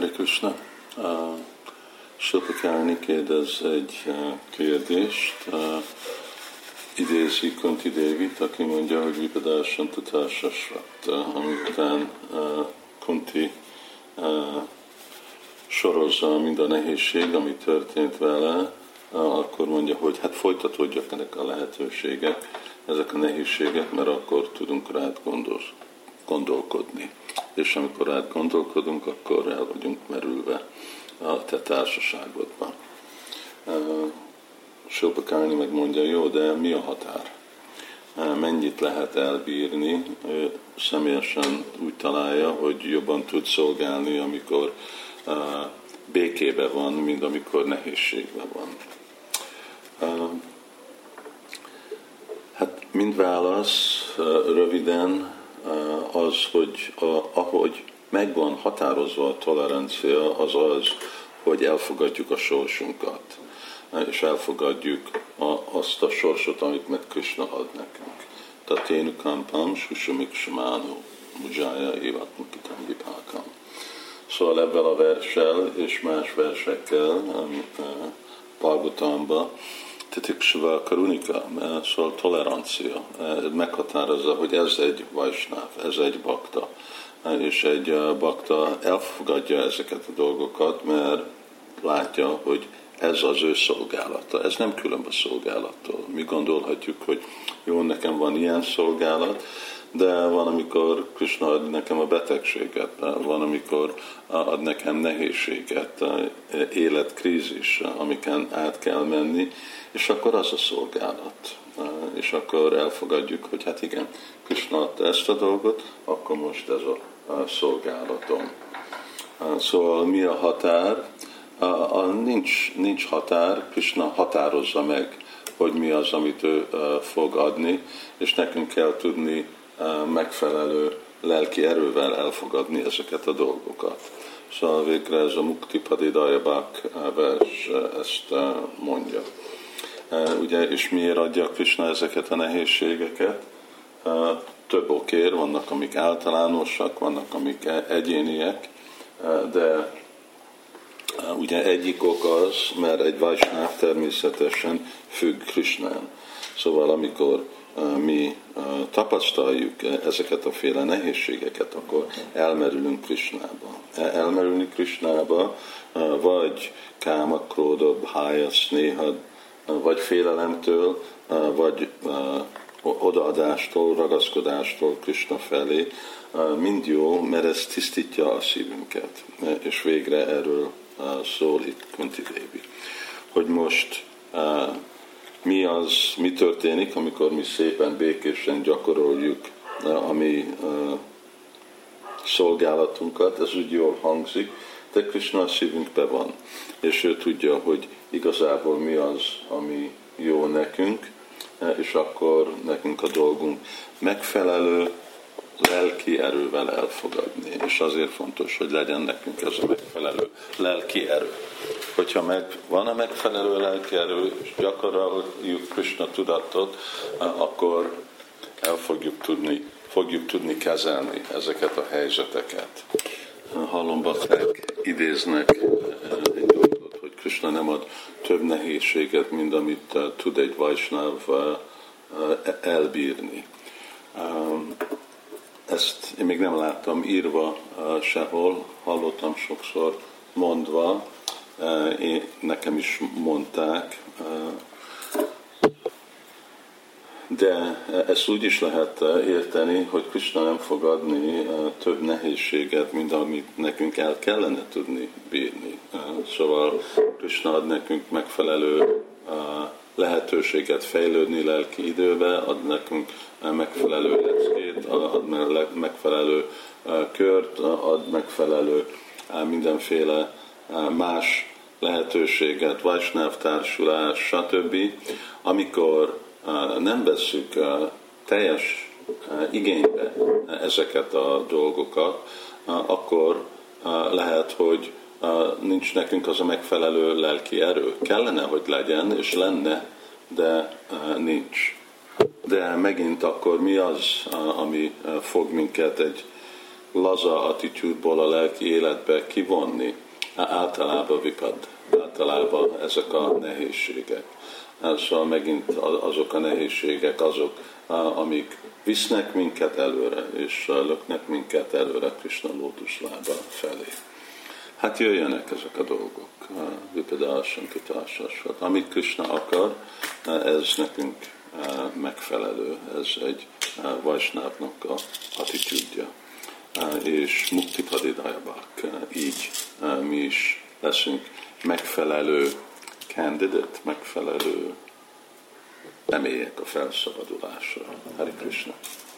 Hare Krishna. Silpakarni kérdez egy kérdést. Idézi Kunti Dévit, aki mondja, hogy Vipadásanta Társasrat, amiután Kunti sorozza mind a nehézség, ami történt vele, akkor mondja, hogy hát folytatódjak ennek a lehetőségek, ezek a nehézségek, mert akkor tudunk rád gondolkodni. És amikor rád gondolkodunk, akkor el vagyunk merülve a te társaságodban. Silpakarni megmondja, jó, de mi a határ? Mennyit lehet elbírni? Ő személyesen úgy találja, hogy jobban tud szolgálni, amikor békében van, mint amikor nehézségben van. Hát mind válasz röviden az, hogy ahogy megvan határozva a tolerancia, az az, hogy elfogadjuk a sorsunkat, és elfogadjuk azt a sorsot, amit meg Krishna ad nekünk. Taténu kampam, susumik samánó, mujaya évatmukitam vipákam. Szóval ebben a verssel és más versekkel, Bhagavatamban, Titikshava Karunika, szóval tolerancia, meghatározza, hogy ez egy Vaisnáv, ez egy bakta, és egy bakta elfogadja ezeket a dolgokat, mert látja, hogy ez az ő szolgálata, ez nem különb a szolgálattól. Mi gondolhatjuk, hogy jó, nekem van ilyen szolgálat, de van, amikor Krishna ad nekem a betegséget, van, amikor ad nekem nehézséget, életkrízis, amiken át kell menni, és akkor az a szolgálat. És akkor elfogadjuk, hogy hát igen, Krishna adta ezt a dolgot, akkor most ez a szolgálatom. Szóval mi a határ? Nincs határ, Krishna határozza meg, hogy mi az, amit ő fog adni, és nekünk kell tudni megfelelő lelki erővel elfogadni ezeket a dolgokat. Szóval végre ez a Mukti Padidayabak vers ezt mondja. Ugye, és miért adja Krishna ezeket a nehézségeket? Több okér, vannak amik általánosak, vannak amik egyéniek, de ugye egyik ok az, mert egy Vaisnáv természetesen függ Krishnán. Szóval amikor mi tapasztaljuk ezeket a féle nehézségeket, akkor elmerülünk Krishnába. Elmerülni Krishnába, vagy káma, króda, bhája, sznéha, vagy félelemtől, vagy odaadástól, ragaszkodástól Krishna felé, mind jó, mert ez tisztítja a szívünket. És végre erről szól itt Kunti Dévi. Hogy most mi történik, amikor mi szépen, békésen gyakoroljuk a mi szolgálatunkat, ez úgy jól hangzik, de Krishna a szívünkben van, és ő tudja, hogy igazából mi az, ami jó nekünk, és akkor nekünk a dolgunk megfelelő lelki erővel elfogadni, és azért fontos, hogy legyen nekünk ez a megfelelő lelki erő. Hogyha van a megfelelő lelki erő, és gyakoroljuk Krishna tudatot, akkor fogjuk tudni kezelni ezeket a helyzeteket. Hallom, bakták idéznek egy dolgot, hogy Krishna nem ad több nehézséget, mint amit tud egy Vaisnáv elbírni. Ezt én még nem láttam írva sehol, hallottam sokszor mondva, nekem is mondták, de ezt úgy is lehet érteni, hogy Krishna nem fog adni több nehézséget, mint amit nekünk el kellene tudni bírni. Szóval Krishna ad nekünk megfelelő lehetőséget fejlődni lelki időbe, ad nekünk megfelelő leckét, ad megfelelő kört, ad megfelelő mindenféle más lehetőséget, Vaisnáv társulás, stb. Amikor nem vesszük teljes igénybe ezeket a dolgokat, akkor lehet, hogy nincs nekünk az a megfelelő lelki erő. Kellene, hogy legyen, és lenne, de nincs. De megint akkor mi az, ami fog minket egy laza attitűdból a lelki életbe kivonni, általában vipad, általában ezek a nehézségek. Szóval megint azok a nehézségek, azok, amik visznek minket előre, és löknek minket előre Krishna lótuszlába felé. Hát jöjjenek ezek a dolgok, vipadásam, kitásasvat. Amit Krishna akar, ez nekünk megfelelő, ez egy vajsnávnak a attitűdje. És muktipadidajabak, így mi is leszünk megfelelő candidate, megfelelő személyek a felszabadulásra. Hare Krishna!